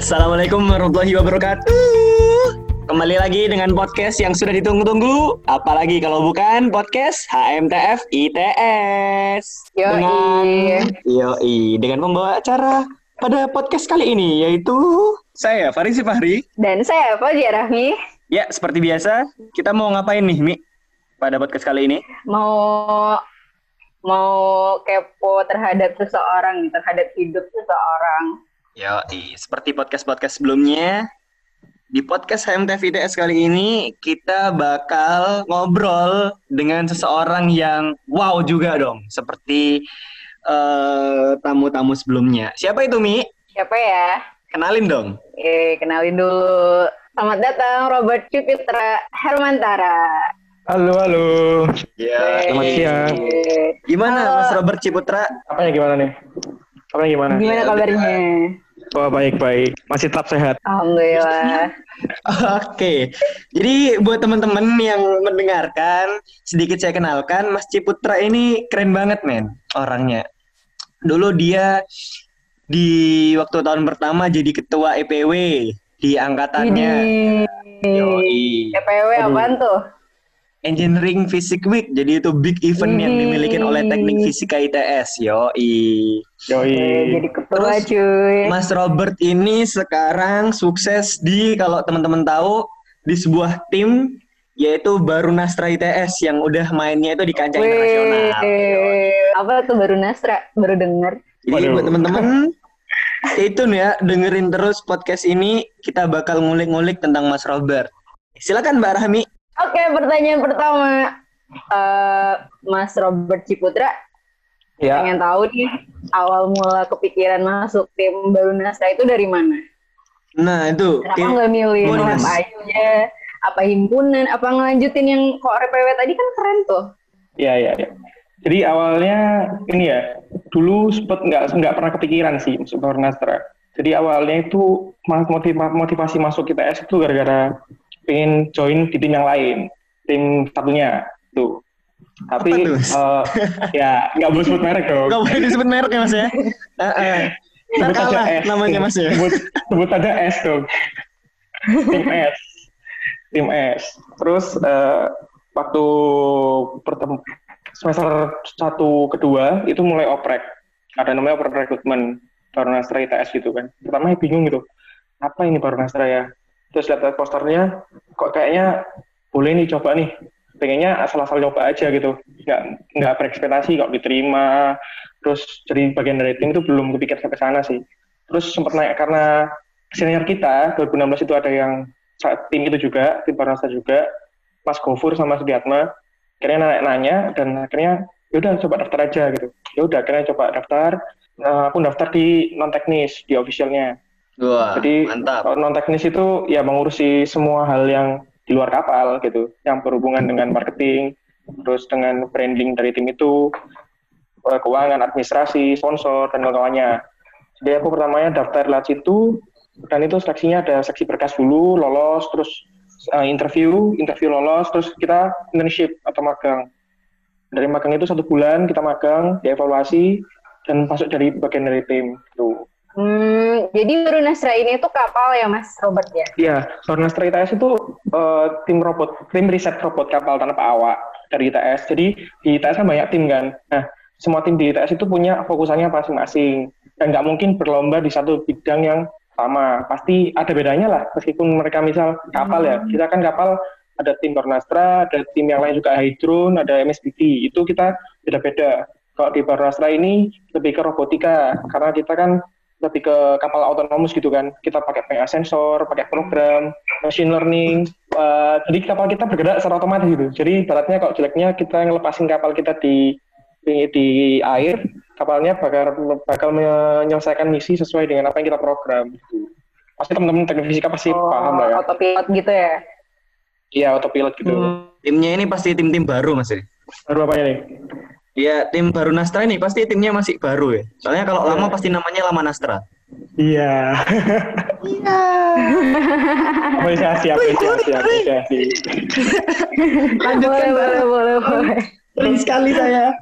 Assalamualaikum warahmatullahi wabarakatuh. Kembali lagi dengan podcast yang sudah ditunggu-tunggu. Apalagi kalau bukan podcast HMTF ITS. Dengan pembawa acara pada podcast kali ini yaitu saya Farid Fahri dan saya Fauzia Rahmi. Ya, seperti biasa, kita mau ngapain nih, Mi? Pada podcast kali ini? Mau kepo terhadap seseorang, terhadap hidup seseorang. Seperti podcast-podcast sebelumnya, di podcast HMTF ITS kali ini kita bakal ngobrol dengan seseorang yang wow juga dong, seperti tamu-tamu sebelumnya. Siapa itu, Mi? Siapa ya? Kenalin dong. Kenalin dulu. Selamat datang Robert Cipitra Hermantara. Halo. Ya, selamat siang. Gimana Halo. Mas Robert Ciputra? Apanya gimana nih? Gimana kabarnya? Oh, baik. Masih tetap sehat. Alhamdulillah. Oke. Jadi buat teman-teman yang mendengarkan, sedikit saya kenalkan, Mas Ciputra ini keren banget, men, orangnya. Dulu dia di waktu tahun pertama jadi ketua EPW di angkatannya. Yoi. EPW apaan tuh? Engineering Physics Week. Jadi itu big event yang dimiliki oleh Teknik Fisika ITS. Yoi. Jadi ketua. Terus, cuy. Mas Robert ini sekarang sukses di, kalau teman-teman tahu, di sebuah tim yaitu Barunastra ITS yang udah mainnya itu di kancah internasional. Apa tuh Barunastra? Baru denger. Jadi buat teman-teman, stay tune ya, dengerin terus podcast ini. Kita bakal ngulik-ngulik tentang Mas Robert. Silakan Mbak Rahmi. Oke, pertanyaan pertama, Mas Robert Ciputra, pengen tahu nih awal mula kepikiran masuk tim Barunastra itu dari mana? Nah itu. Kenapa nggak milih apa aja? Apa himpunan? Apa ngelanjutin yang kok RPW tadi kan keren tuh? Iya. Jadi awalnya ini ya, dulu sempet nggak pernah kepikiran sih masuk Barunastra. Jadi awalnya itu motivasi masuk ITS itu gara-gara pengen join di tim yang lain, tim satunya tuh. Tapi ya nggak boleh sebut merek dong. Nggak boleh disebut merek ya Mas ya. Sebut aja S namanya Mas ya. Sebut aja S dong. Tim S. Terus waktu semester 1 kedua itu mulai oprek. Ada namanya oprek rekrutmen Barunastra ITS gitu kan. Pertama bingung gitu. Apa ini Barunastra ya? Terus lihat posternya, kok kayaknya boleh nih coba nih. Pengennya asal-asal coba aja gitu. Nggak berekspektasi kok diterima. Terus jadi bagian dari tim itu belum kepikir sampai sana sih. Terus sempat naik karena senior kita, 2016 itu ada yang tim itu juga, tim Barunastra juga, Mas Gofur sama Sudiatma. Akhirnya nanya dan akhirnya yaudah coba daftar aja gitu. Yaudah akhirnya coba daftar. Aku daftar di non-teknis, di officialnya. Wah, jadi mantap. Non teknis itu ya mengurusi semua hal yang di luar kapal gitu, yang berhubungan dengan marketing, terus dengan branding dari tim itu, keuangan, administrasi, sponsor dan kawan-kawannya. Jadi aku pertamanya daftar lewat situ, dan itu seleksinya ada seksi berkas dulu, lolos, terus interview lolos, terus kita internship atau magang. Dari magang itu 1 bulan kita magang, dievaluasi dan masuk jadi bagian dari tim tuh. Jadi Barunastra ini tuh kapal ya Mas Robert ya? Iya, Barunastra ITS itu tim riset robot kapal tanpa awak dari ITS. Jadi di ITS kan banyak tim kan. Nah, semua tim di ITS itu punya fokusannya masing-masing. Dan nggak mungkin berlomba di satu bidang yang sama. Pasti ada bedanya lah, meskipun mereka misal kapal ya. Kita kan kapal ada tim Barunastra, ada tim yang lain juga Hydron, ada MSBT. Itu kita beda-beda. Kalau di Barunastra ini lebih ke robotika, karena kita kan lebih ke kapal autonomous gitu kan. Kita pakai sensor, pakai program, machine learning. Jadi kapal kita bergerak secara otomatis gitu. Jadi ibaratnya kalau jeleknya kita ngelepasin kapal kita di air, kapalnya bakal menyelesaikan misi sesuai dengan apa yang kita program gitu. Pasti teman-teman teknik fisika pasti paham lah ya. Autopilot gitu ya? Iya, autopilot gitu. Timnya ini pasti tim-tim baru Mas ya? Baru apanya nih? Ya, tim Barunastra ini pasti timnya masih baru ya. Soalnya kalau lama pasti namanya Lamanastra. Iya. Apresiasi. Lanjutkan. Boleh. Keren sekali saya.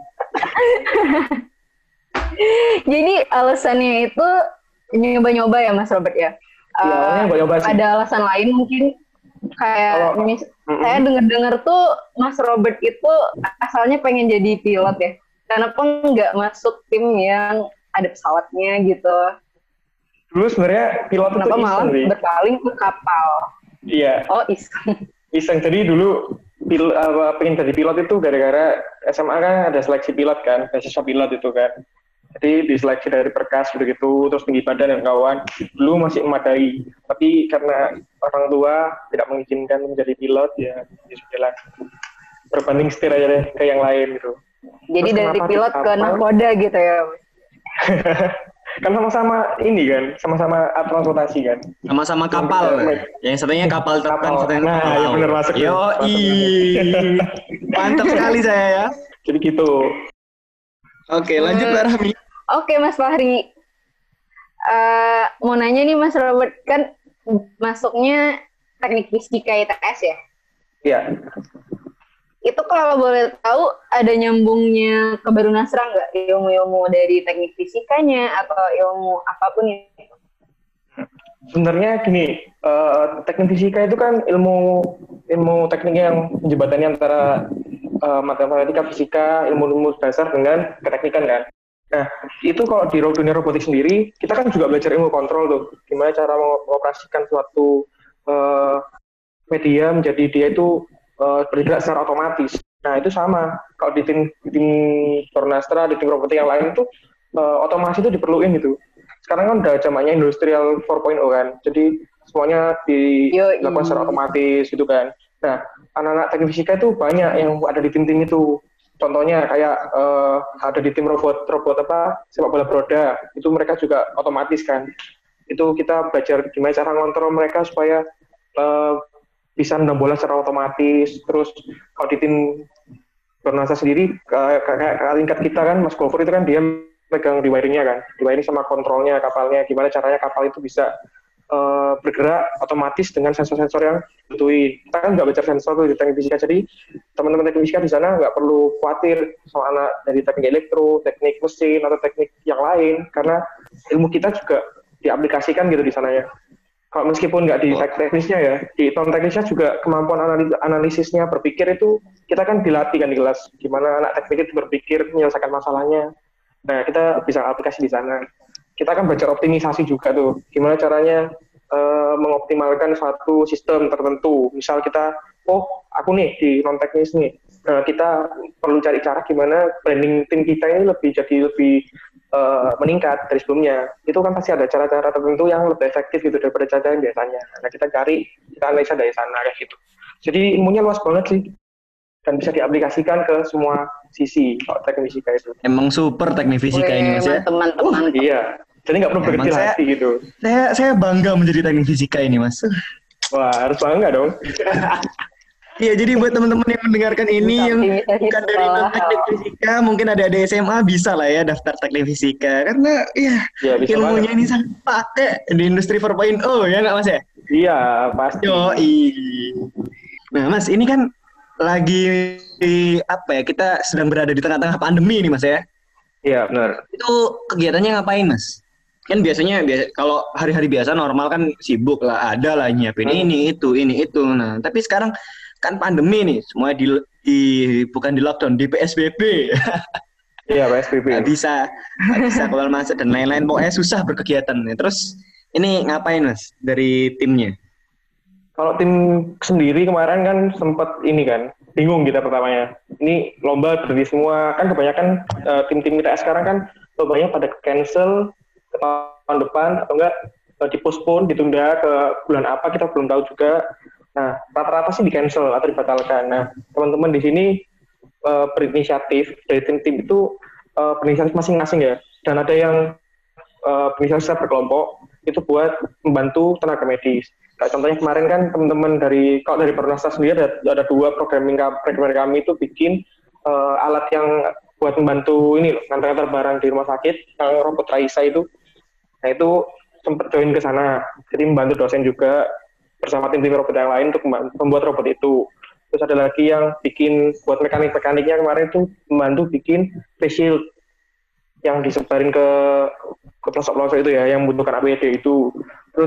Jadi alasannya itu nyoba-nyoba ya Mas Robert ya? awalnya buat nyoba sih. Ada alasan lain mungkin kayak saya dengar tuh Mas Robert itu asalnya pengen jadi pilot ya. Kenapa nggak masuk tim yang ada pesawatnya gitu? Dulu sebenarnya pilot Kenapa itu malah iseng, berpaling ke kapal? Iya. Oh, iseng. Iseng. Jadi dulu pengen jadi pilot itu gara-gara SMA kan ada seleksi pilot kan, beasiswa pilot itu kan. Jadi diseleksi dari Perkas begitu, terus tinggi badan dan kawan. Dulu masih memadai, tapi karena orang tua tidak mengizinkan menjadi pilot, ya sudahlah. Berbanding setir aja deh ke yang lain gitu. Jadi Terus dari pilot ke nahkoda gitu ya? Kan sama-sama ini kan, sama-sama transportasi kan. Sama-sama kapal. Yang satunya kapal terbang, satunya nah, kapal ya benar masuk. Mantap sekali saya ya. Jadi gitu. Oke, lanjut Mbak Rahmi. Oke, Mas Fahri. Mau nanya nih Mas Robert, kan masuknya teknik fisika ITS ya? Iya. Itu kalau boleh tahu ada nyambungnya ke Barunasra nggak? Ilmu-ilmu dari teknik fisikanya atau ilmu apapun itu? Sebenarnya gini, teknik fisika itu kan ilmu teknik yang menjembatani antara matematika, fisika, ilmu dasar dengan keteknikan kan. Nah, itu kalau di dunia robotik sendiri, kita kan juga belajar ilmu kontrol tuh. Gimana cara mengoperasikan suatu media menjadi dia itu bergerak secara otomatis. Nah, itu sama. Kalau di tim Barunasra, di tim robotik yang lain itu, otomasi itu diperluin gitu. Sekarang kan udah zamannya industrial 4.0 kan. Jadi, semuanya dilakukan secara otomatis gitu kan. Nah, anak-anak teknik fisika itu banyak yang ada di tim-tim itu. Contohnya kayak ada di tim robot sepak bola beroda, itu mereka juga otomatis kan. Itu kita belajar gimana cara ngontrol mereka supaya bisa nendang bola secara otomatis. Terus kalau di tim Barunasra sendiri, kayak tingkat kita kan, Mas Gofur itu kan dia pegang di wiringnya kan, di wiring sama kontrolnya kapalnya, gimana caranya kapal itu bisa bergerak otomatis dengan sensor-sensor yang dibutuhin. Kita kan nggak belajar sensor tuh di teknik fisika, jadi teman-teman teknik fisika di sana nggak perlu khawatir soal anak dari teknik elektro, teknik mesin atau teknik yang lain, karena ilmu kita juga diaplikasikan gitu di sana ya. Kalau meskipun nggak di teknisnya ya, di non teknisnya juga kemampuan analisisnya berpikir itu kita kan dilatih kan di kelas, gimana anak teknik itu berpikir menyelesaikan masalahnya. Nah, kita bisa aplikasi di sana. Kita kan belajar optimisasi juga tuh, gimana caranya mengoptimalkan suatu sistem tertentu. Misal kita, aku nih di non teknis nih, kita perlu cari cara gimana branding tim kita ini lebih meningkat dari sebelumnya. Itu kan pasti ada cara-cara tertentu yang lebih efektif gitu daripada cara yang biasanya. Nah, kita analisa dari sana kayak gitu. Jadi ilmunya luas banget sih, dan bisa diaplikasikan ke semua sisi kalau teknik fisika itu. Emang super teknik fisika ini Mas ya. Teman-teman. Iya. Jadi nggak perlu berkecil hati gitu. Saya bangga menjadi teknik fisika ini Mas. Wah, harus bangga dong. Iya, jadi buat teman-teman yang mendengarkan ini yang bukan dari teknik fisika, mungkin ada SMA bisa lah ya daftar teknik fisika, karena ya ilmunya ini sangat pakai di industri 4.0 ya nggak Mas ya? Iya, pasti. Nah Mas, ini kan lagi kita sedang berada di tengah-tengah pandemi nih Mas ya? Iya, benar. Itu kegiatannya ngapain Mas? Kan biasanya kalau hari-hari biasa normal kan sibuk lah, ada lah nyiapin ini itu. Nah, tapi sekarang kan pandemi nih, semua bukan di lockdown, di PSBB. Iya, PSBB. Nggak bisa keluar masuk dan lain-lain, pokoknya susah berkegiatan. Terus ini ngapain Mas dari timnya? Kalau tim sendiri kemarin kan sempat ini kan, bingung kita pertamanya. Ini lomba berhenti semua, kan kebanyakan tim-tim ITS sekarang kan lombanya pada cancel ke tahun depan atau enggak dipospon, ditunda ke bulan apa kita belum tahu juga. Nah, rata-rata sih di cancel atau dibatalkan. Nah, teman-teman di sini berinisiatif dari tim-tim itu berinisiatif masing-masing ya. Dan ada yang berinisiatif secara berkelompok itu buat membantu tenaga medis. Nah, contohnya kemarin kan teman-teman dari Barunasra sendiri ada 2 programmer kami itu bikin alat yang buat membantu ini loh, ngantar-ngantar barang di rumah sakit, yang robot Raisa itu. Nah, itu sempat join ke sana. Jadi membantu dosen juga bersama tim-tim robot yang lain untuk membuat robot itu. Terus ada lagi yang bikin buat mekaniknya kemarin itu membantu bikin face shield yang disebarin ke pelosok-pelosok itu ya, yang membutuhkan APD itu. Terus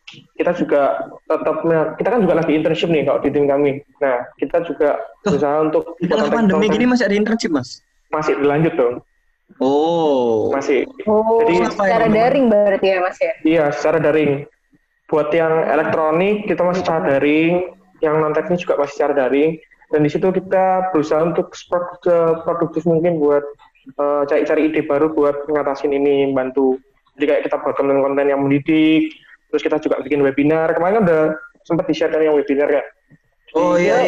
kita juga tetap, kita kan juga lagi internship nih kalau di tim kami. Nah, kita juga berusaha untuk di tengah pandemi gini masih ada internship, Mas? Masih berlanjut dong. Oh. Masih. Jadi secara daring berarti ya, Mas ya? Iya, secara daring. Buat yang elektronik kita masih secara daring, yang non teknis juga masih secara daring. Dan di situ kita berusaha untuk produktif mungkin buat cari-cari ide baru buat ngatasin ini, bantu. Jadi kayak kita buat konten-konten yang mendidik, terus kita juga bikin webinar. Kemarin kan udah sempat di-share kan yang webinar ya. Oh iya.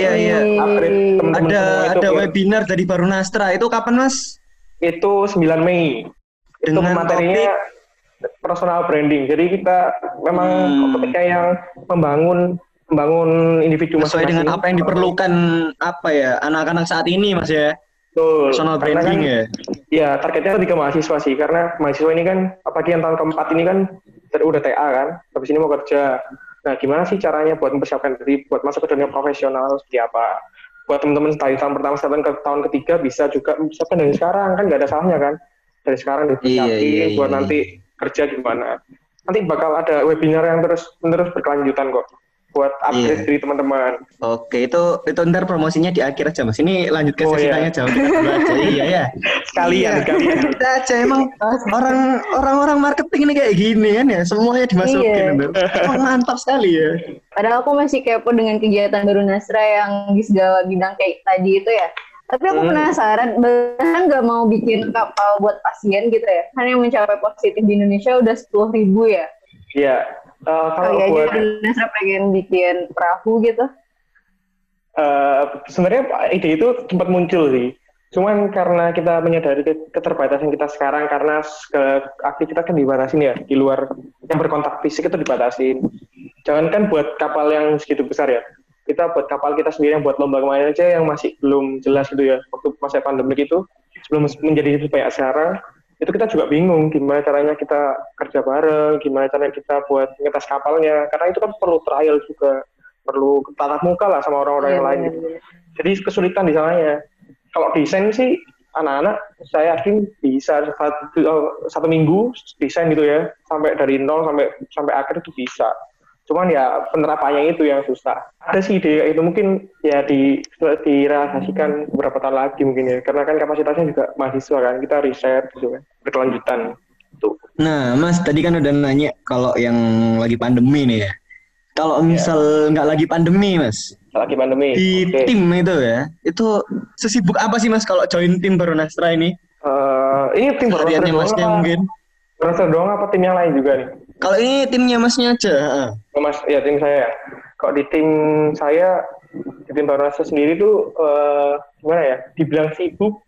Ada webinar dari Barunastra. Itu kapan, Mas? Itu 9 Mei. Dengan itu materinya personal branding. Jadi kita memang ketika yang membangun individu sesuai masing-masing. dengan apa yang diperlukan anak-anak saat ini, Mas ya. Betul. Personal branding kan, ya. Targetnya lebih ke mahasiswa sih, karena mahasiswa ini kan apalagi yang tahun keempat ini kan udah TA kan, habis ini mau kerja. Nah, gimana sih caranya buat mempersiapkan diri buat masuk ke dunia profesional seperti apa? Buat teman-teman dari tahun pertama sampai ke tahun ketiga bisa juga mempersiapkan dari sekarang, kan nggak ada salahnya kan? Dari sekarang dipersiapin buat nanti kerja gimana. Nanti bakal ada webinar yang terus berkelanjutan kok buat update dari teman-teman. Oke, itu ntar promosinya di akhir aja, Mas. Ini lanjut ke sesi tanya jawab aja. Iya ya. Sekalian. Kita aja emang orang marketing ini kayak gini kan ya, semuanya dimasukin. Mantap sekali ya. Padahal aku masih kepo dengan kegiatan Barunastra yang di segala bidang kayak tadi itu ya. Tapi aku penasaran, bahkan nggak mau bikin kapal buat pasien gitu ya? Karena yang mencapai positif di Indonesia udah 10.000 ya? Iya. Kalau buat Barunastra pengen bikin perahu gitu? Sebenarnya ide itu sempat muncul sih. Cuman karena kita menyadari keterbatasan kita sekarang, karena aktivitas kan dibatasin ya, di luar yang berkontak fisik itu dibatasin. Jangankan buat kapal yang segitu besar ya, kita buat kapal kita sendiri yang buat lomba kemarin aja yang masih belum jelas gitu ya, waktu masa pandemi itu, sebelum menjadi banyak sekarang, itu kita juga bingung gimana caranya kita kerja bareng, gimana caranya kita buat ngetes kapalnya, karena itu kan perlu trial juga, perlu tatap muka lah sama orang-orang yang lain gitu. Jadi kesulitan di sananya. Kalau desain sih anak-anak saya yakin bisa satu minggu desain gitu ya, sampai dari nol sampai akhir itu bisa. Cuman ya penerapannya itu yang susah. Ada sih ide itu mungkin ya direalisasikan beberapa tahun lagi mungkin ya, karena kan kapasitasnya juga mahasiswa kan, kita riset gitu kan, berkelanjutan tuh. Nah, Mas tadi kan udah nanya kalau yang lagi pandemi nih ya. Kalau misal nggak lagi pandemi, Mas. Lagi pandemi. Di tim itu ya, itu sesibuk apa sih Mas kalau join tim Barunastra ini? Ini tim Barunastra Masnya mungkin. Barunastra doang apa tim yang lain juga nih? Kalau ini timnya Masnya aja. Mas, ya tim saya. Kalau di tim saya, di tim Barunastra sendiri tuh gimana ya? Dibilang sibuk,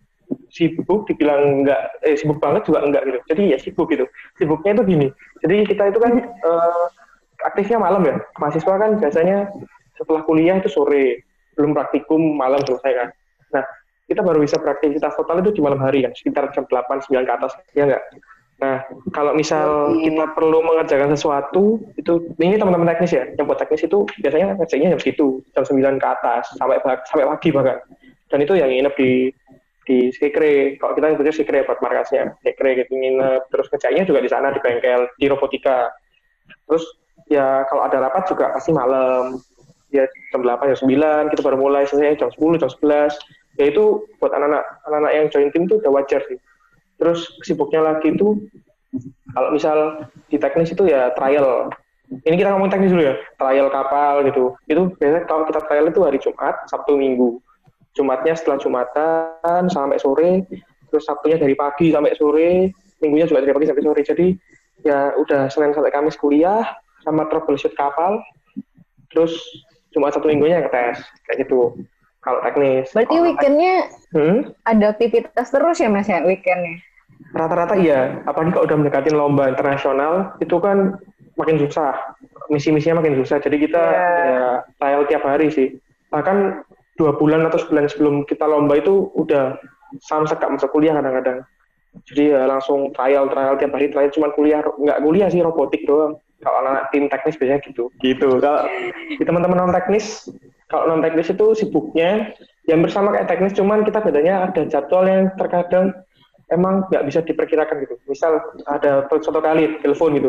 dibilang enggak, sibuk banget juga enggak gitu. Jadi ya sibuk gitu. Sibuknya itu gini. Jadi kita itu kan aktifnya malam ya. Mahasiswa kan biasanya setelah kuliah itu sore, belum praktikum malam selesai kan. Nah, kita baru bisa beraktivitas total itu di malam hari kan, sekitar jam 8-9 ke atas, ya enggak? Nah, kalau misal kita perlu mengerjakan sesuatu, itu ini teman-teman teknis ya, yang buat teknis itu biasanya ngerjainnya jam segitu, jam 9 ke atas, sampai pagi bahkan. Dan itu yang nginep di Sekre, kalau kita nyebutnya Sekre buat markasnya, Sekre gitu nginep, terus ngerjainnya juga di sana, di bengkel, di robotika. Terus ya kalau ada rapat juga pasti malam, ya jam 8, jam 9, kita baru mulai, selesai jam 10, jam 11, ya itu buat anak-anak yang join tim itu udah wajar sih. Terus sibuknya lagi itu, kalau misal di teknis itu ya trial. Ini kita ngomong teknis dulu ya, trial kapal gitu. Itu biasanya kalau kita trial itu hari Jumat, Sabtu, Minggu. Jumatnya setelah Jumatan sampai sore, terus Sabtunya dari pagi sampai sore, Minggunya juga dari pagi sampai sore. Jadi ya udah Senin sampai Kamis kuliah, sama troubleshoot kapal, terus Jumat Sabtu Minggunya ngetes, kayak gitu. Kalau teknis. Berarti weekendnya ada aktivitas terus ya Mas ya, weekendnya? Rata-rata iya, apalagi kalau udah mendekatin lomba internasional, itu kan makin susah, misi-misinya makin susah, jadi kita ya trial tiap hari sih. Bahkan 2 bulan atau sebulan sebelum kita lomba itu udah samsak gak masuk kuliah kadang-kadang. Jadi ya langsung trial tiap hari, trial cuma nggak kuliah sih, robotik doang. Kalau anak tim teknis biasanya gitu. Kalau di teman-teman non-teknis, kalau non-teknis itu sibuknya yang bersama kayak teknis, cuman kita bedanya ada jadwal yang terkadang emang nggak bisa diperkirakan gitu. Misal ada suatu kali telepon gitu,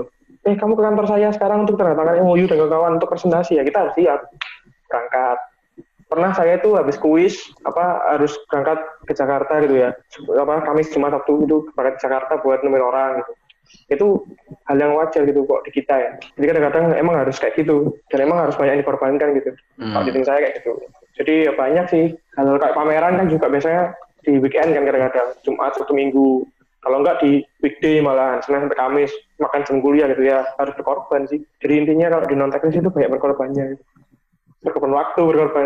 kamu ke kantor saya sekarang untuk tanda tangan MOU dan kawan untuk presentasi ya, kita harus siap berangkat. Pernah saya itu habis kuis harus berangkat ke Jakarta gitu ya, Kamis Jumat Sabtu itu berangkat ke Jakarta buat nemuin orang gitu. Itu hal yang wajar gitu kok di kita ya. Jadi kadang-kadang emang harus kayak gitu dan emang harus banyak dikorbankan gitu. Kalau di tim saya kayak gitu. Jadi ya banyak sih hal kayak pameran kan juga biasanya di weekend kan kadang-kadang Jumat Sabtu Minggu. Kalau enggak di weekday malahan Senin sampai Kamis makan jam kuliah gitu ya, harus berkorban sih. Jadi intinya kalau di non teknis itu banyak berkorbannya gitu. Berkorban waktu, berkorban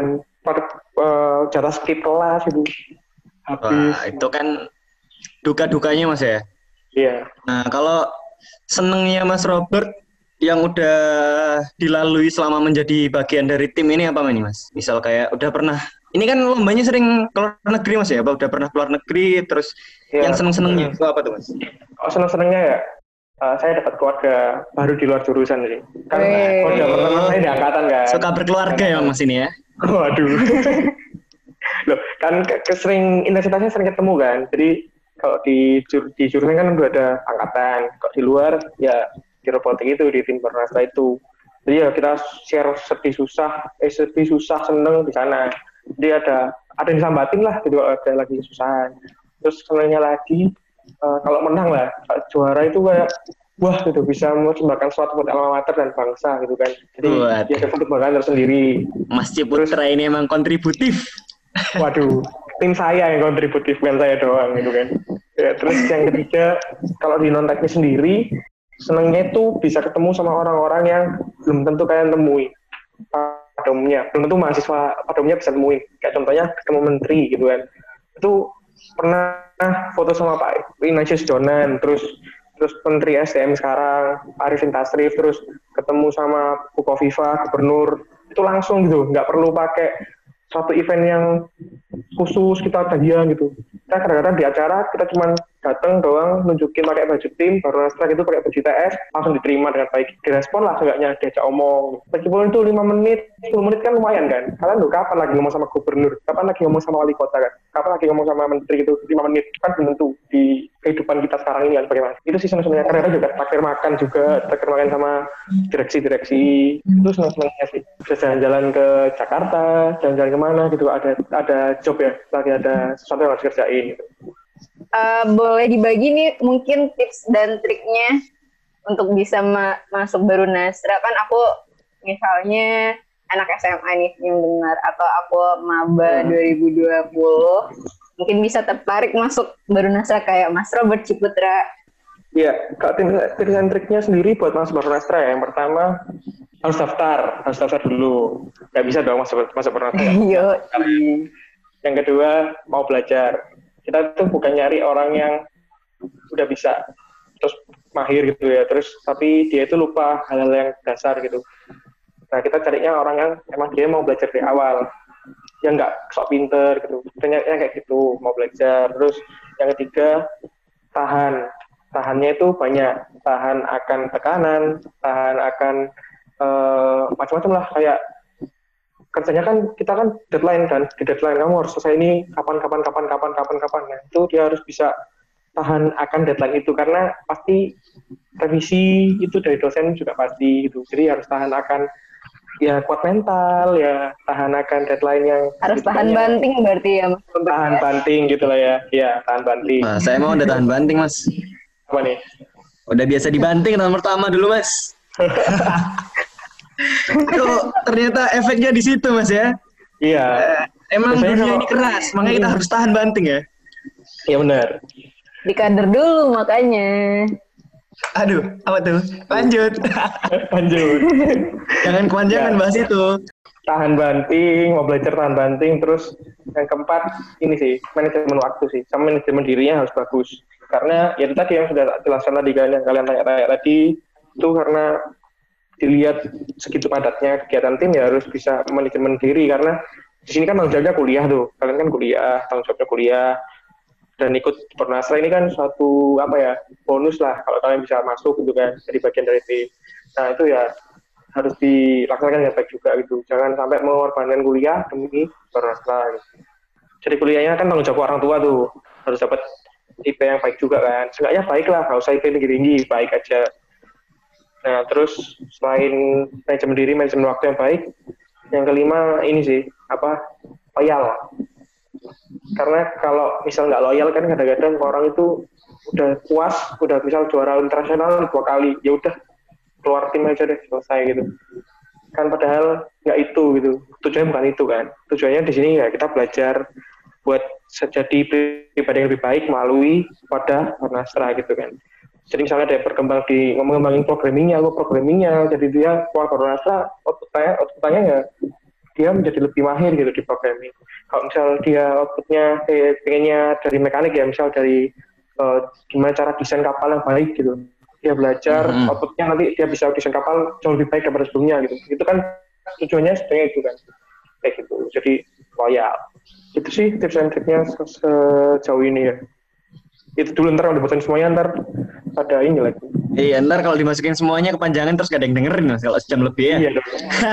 jatah skip kelas itu habis. Wah, itu kan duka-dukanya Mas ya. Iya. Nah, kalau senengnya Mas Robert yang udah dilalui selama menjadi bagian dari tim ini apa nih Mas? Misal kayak udah pernah, ini kan lombanya sering keluar negeri Mas ya, apa udah pernah keluar negeri, terus yang seneng-senengnya itu apa tuh Mas? Oh, seneng-senengnya ya, saya dapat keluarga baru di luar jurusan ini. Kan keluarga pertama saya di angkatan kan. Suka berkeluarga ya Mas ini ya? Waduh. Loh, kan sering intensitasnya sering ketemu kan. Jadi kalau di jurusan kan udah ada angkatan. Kalau di luar ya di robotik itu di tim Bernastra itu. Jadi ya kita share sedih susah seneng di sana. Jadi ada yang disambatin lah gitu, ada lagi kesusahan. Terus senangnya lagi kalau menang lah, juara itu kayak wah gitu bisa mempersembahkan suatu buat alma mater dan bangsa gitu kan. Jadi dia dapat kebanggaan tersendiri. Mas Ciputra ini emang kontributif. Waduh, tim saya yang kontributif, bukan saya doang gitu kan. Ya, terus yang ketiga, kalau di non teknis sendiri, senangnya itu bisa ketemu sama orang-orang yang belum tentu kalian temui pada umumnya. Belum tentu mahasiswa pada umumnya bisa temuin. Kayak contohnya ketemu menteri gitu kan. Itu pernah foto sama Pak Ignatius Jonan, terus Menteri SDM sekarang, Arifin Tasrif, terus ketemu sama Bu Kofifa, Gubernur, itu langsung gitu, nggak perlu pakai suatu event yang khusus kita bagian gitu. Kita kadang-kadang di acara kita cuma datang doang, nunjukin pakai baju tim, baru Nastra itu pakai baju TS, langsung diterima dengan baik, direspon lah seenggaknya, diajak omong. Meskipun itu 5 menit, 10 menit kan lumayan kan. Kalian tuh kapan lagi ngomong sama gubernur, kapan lagi ngomong sama wali kota kan, kapan lagi ngomong sama menteri itu 5 menit, kan belum tentu di kehidupan kita sekarang ini kan bagaimana. Itu sih senang-senangnya, kadang-kadang juga terakhir makan sama direksi, itu senang-senangnya sih. Bisa jalan-jalan ke Jakarta, jalan-jalan kemana gitu, ada job ya, lagi ada sesuatu yang harus kerjain gitu. Boleh dibagi nih mungkin tips dan triknya untuk bisa masuk Barunasra. Kan aku misalnya anak SMA nih yang dengar, atau aku maba 2020 mungkin bisa tertarik masuk Barunasra kayak Mas Robert Ciputra. Iya, kalau tips dan triknya sendiri buat masuk Barunasra ya, yang pertama harus daftar dulu. Nggak bisa dong masuk Barunasra. Yang kedua mau belajar. Kita tuh bukan nyari orang yang udah bisa terus mahir gitu ya, terus tapi dia itu lupa hal-hal yang dasar gitu. Nah, kita carinya orang yang emang dia mau belajar dari awal, yang nggak sok pinter gitu. Ternyata kayak gitu, mau belajar. Terus yang ketiga, tahannya itu banyak, tahan akan tekanan, tahan akan macam-macam lah, kayak kerjanya kan kita kan deadline kan, di deadline kamu harus selesai ini kapan. Nah, itu dia harus bisa tahan akan deadline itu, karena pasti revisi itu dari dosen juga pasti gitu. Jadi harus tahan akan, ya kuat mental, ya tahan akan deadline yang harus tahan banting berarti ya Mas. Tahan banting gitu lah ya tahan banting. Nah, saya mau udah tahan banting Mas. Apa nih? Udah biasa dibanting tahun pertama dulu Mas. Itu ternyata efeknya di situ Mas ya. Iya. Emang dunia ini keras, makanya kita harus tahan banting ya. Iya benar. Di kader dulu makanya. Aduh, apa tuh? Lanjut. Jangan kepanjangan bahas itu. Tahan banting, mau belajar tahan banting, terus yang keempat ini sih manajemen waktu sih, sama manajemen dirinya harus bagus. Karena ya itu tadi yang sudah jelaskan tadi kan, yang kalian tanya tadi itu karena dilihat segitu padatnya kegiatan tim ya harus bisa manajemen diri, karena di sini kan tanggung jawabnya kuliah tuh, kalian kan tanggung jawabnya kuliah, dan ikut Bernastra ini kan suatu bonus lah kalau kalian bisa masuk gitu kan, jadi bagian dari tim. Nah itu ya harus dilaksanakan dengan baik juga gitu, jangan sampai mengorbankan kuliah demi Bernastra gitu. Jadi kuliahnya kan tanggung jawab orang tua tuh, harus dapat IP yang baik juga kan, seenggaknya baik lah, nggak usah IP tinggi-tinggi, baik aja. Nah, terus selain manajemen waktu yang baik, yang kelima ini sih, loyal. Karena kalau misal nggak loyal kan kadang-kadang orang itu udah puas, udah misal juara internasional 2 kali, ya udah keluar tim aja deh, selesai gitu. Kan padahal nggak itu gitu. Tujuannya bukan itu kan. Tujuannya di sini ya kita belajar buat jadi pribadi yang lebih baik melalui wadah Warnastra gitu kan. Jadi misalnya dia berkembang di ngembangin programmingnya, jadi dia keluar Warnastra, outputnya ya dia menjadi lebih mahir gitu di programming. Kalau misal dia outputnya pengennya dari mekanik ya, misal dari gimana cara desain kapal yang baik gitu, dia belajar outputnya nanti dia bisa desain kapal jauh lebih baik daripada sebelumnya gitu. Itu kan tujuannya sebenarnya itu kan, kayak gitu. Jadi loyal. Itu sih tips and triknya sejauh ini ya. Itu dulu, ntar kalau dibuatin semuanya ntar ada ini lagi. Iya, ntar kalau dimasukin semuanya kepanjangan terus gak ada yang dengerin Mas kalau sejam lebih ya. Iya dong.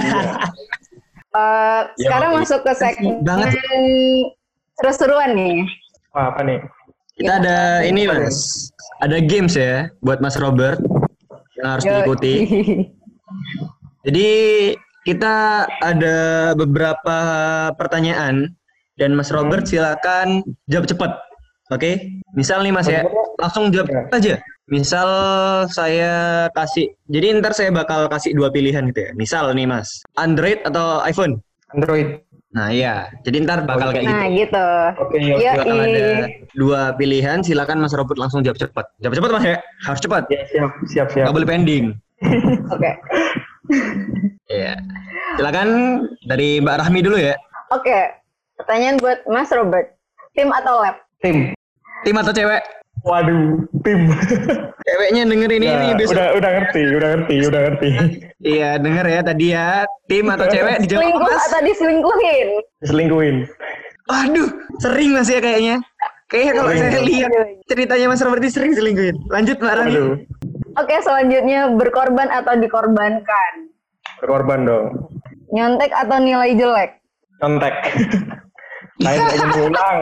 Sekarang masuk ke segmen seru-seruan nih. Apa nih? Kita ada ini Mas, ada games ya buat Mas Robert yang harus diikuti. Jadi kita ada beberapa pertanyaan dan Mas Robert silakan jawab cepat. Oke? Misal nih Mas ya, langsung jawab aja. Misal saya kasih, jadi ntar saya bakal kasih 2 pilihan gitu ya. Misal nih Mas, Android atau iPhone? Android. Nah iya, jadi ntar bakal kayak gitu. Nah gitu. Oke. Bakal ada 2 pilihan, silakan Mas Robert langsung jawab cepat. Jawab cepat Mas ya, harus cepat. Ya, siap. Gak boleh pending. Oke. Iya. Silakan dari Mbak Rahmi dulu ya. Oke. Pertanyaan buat Mas Robert. Tim atau lab? Tim. Tim atau cewek? Waduh, tim. Ceweknya dengerin ini besok. Udah ngerti. Iya, denger ya tadi ya. Tim atau cewek dijawab Selingkuh Mas. atau diselingkuhin? Diselingkuhin. Aduh, sering Mas ya kayaknya. Kayaknya kalau saya lihat ceritanya Mas Robert ini sering selingkuhin. Lanjut Mbak Rahmi. Oke, selanjutnya berkorban atau dikorbankan? Berkorban dong. Nyontek atau nilai jelek? Nyontek. Lain aja ngulang.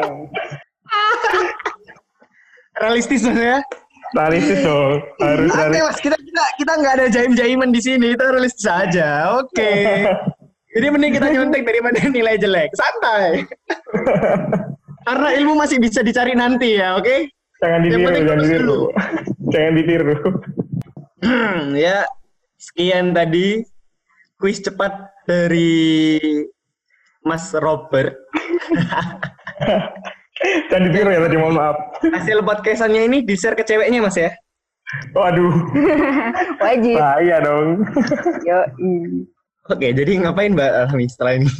Realistis Mas ya. Realistis dong. Harus Mas, kita nggak ada jaim-jaiman di sini, itu realistis saja. Oke. Jadi mending kita nyontek daripada nilai jelek. Santai. Karena ilmu masih bisa dicari nanti ya, oke? Jangan ditiru. Ya, sekian tadi kuis cepat dari Mas Robert. Jangan ditiru ya tadi, mohon maaf. Hasil podcastan-nya ini di-share ke ceweknya Mas ya? Waduh. Wajib. Bahaya dong. Yoi. Oke, jadi ngapain Mbak Almi setelah ini?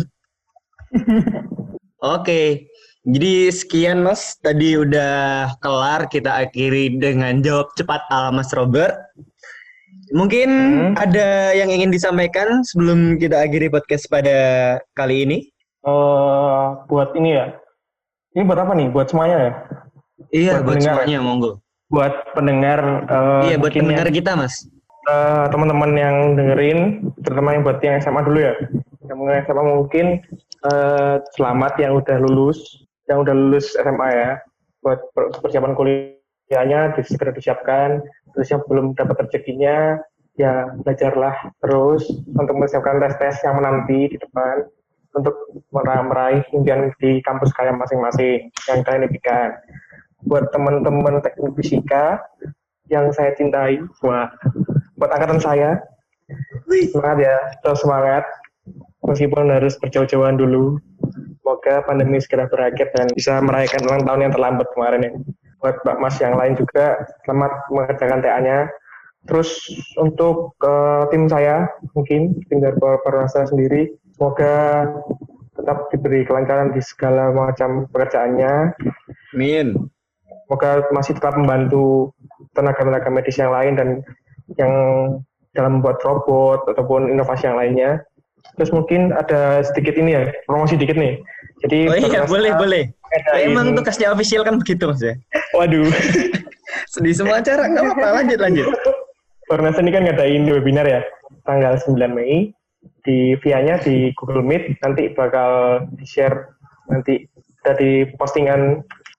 Oke, jadi sekian Mas. Tadi udah kelar, kita akhiri dengan jawab cepat ala Mas Robert. Mungkin ada yang ingin disampaikan sebelum kita akhiri podcast pada kali ini? Buat ini ya. Ini buat apa nih? Buat semuanya ya? Iya, buat semuanya, monggo. Buat pendengar. Iya, buat pendengar kita, Mas. Teman-teman yang dengerin, terutama yang buat yang SMA dulu ya. Yang SMA mungkin selamat yang udah lulus SMA ya. Buat persiapan kuliahnya segera disiapkan. Terus yang belum dapat rezekinya, ya belajarlah terus untuk mempersiapkan tes-tes yang menanti di depan. Untuk meraih impian di kampus kalian masing-masing yang kalian impikan. Buat teman-teman teknik fisika yang saya cintai, buat angkatan saya, semangat ya, terus semangat meskipun harus berjauh-jauhan dulu. Semoga pandemi segera berakhir dan bisa merayakan ulang tahun yang terlambat kemarin ya. Buat Mbak Mas yang lain juga, selamat mengerjakan TA-nya. Terus untuk tim saya, mungkin tim dari Warnastra sendiri, semoga tetap diberi kelancaran di segala macam pekerjaannya. Amin. Semoga masih tetap membantu tenaga-tenaga medis yang lain dan yang dalam membuat robot ataupun inovasi yang lainnya. Terus mungkin ada sedikit ini ya, promosi dikit nih. Jadi boleh. Emang tugasnya official kan begitu Mas ya? Waduh. Di semua acara, nggak apa-apa, lanjut. Warnastra ini kan ngadain webinar ya, tanggal 9 Mei. Via-nya di Google Meet, nanti bakal di-share, nanti ada di postingan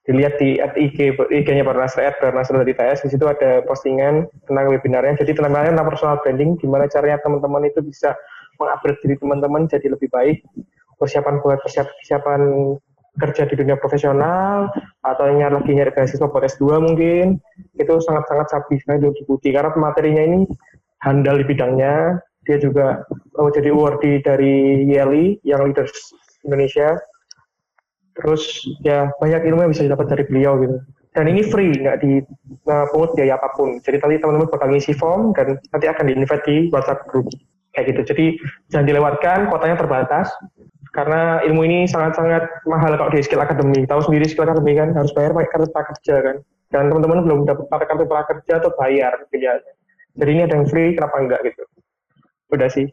dilihat di IG-nya Barnas dari ITS. Di situ ada postingan tentang webinarnya. Jadi tentang personal branding, gimana caranya teman-teman itu bisa mengupgrade diri teman-teman jadi lebih baik, persiapan kerja di dunia profesional, atau lagi nyari beasiswa buat S2 mungkin, itu sangat-sangat sabi sekali diikuti karena materinya ini handal di bidangnya. Dia juga jadi awardee dari YELI yang Leaders Indonesia. Terus ya banyak ilmu yang bisa didapat dari beliau gitu. Dan ini free, nggak dipungut biaya apapun. Jadi nanti teman-teman bakal ngisi form dan nanti akan di-invite di WhatsApp group kayak gitu. Jadi jangan dilewatkan, kuotanya terbatas karena ilmu ini sangat-sangat mahal kalau di skill academy. Tahu sendiri skill academy kan harus bayar pakai kartu prakerja kan. Dan teman-teman belum dapat pakai kartu prakerja atau bayar pilihannya. Jadi ini ada yang free, kenapa enggak gitu. Udah sih.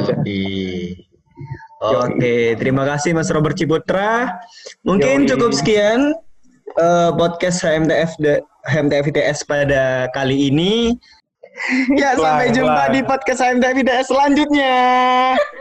Oke, terima kasih Mas Robert Ciputra. Mungkin cukup sekian podcast HMTF ITS pada kali ini. Ya, sampai jumpa di podcast HMTF ITS selanjutnya.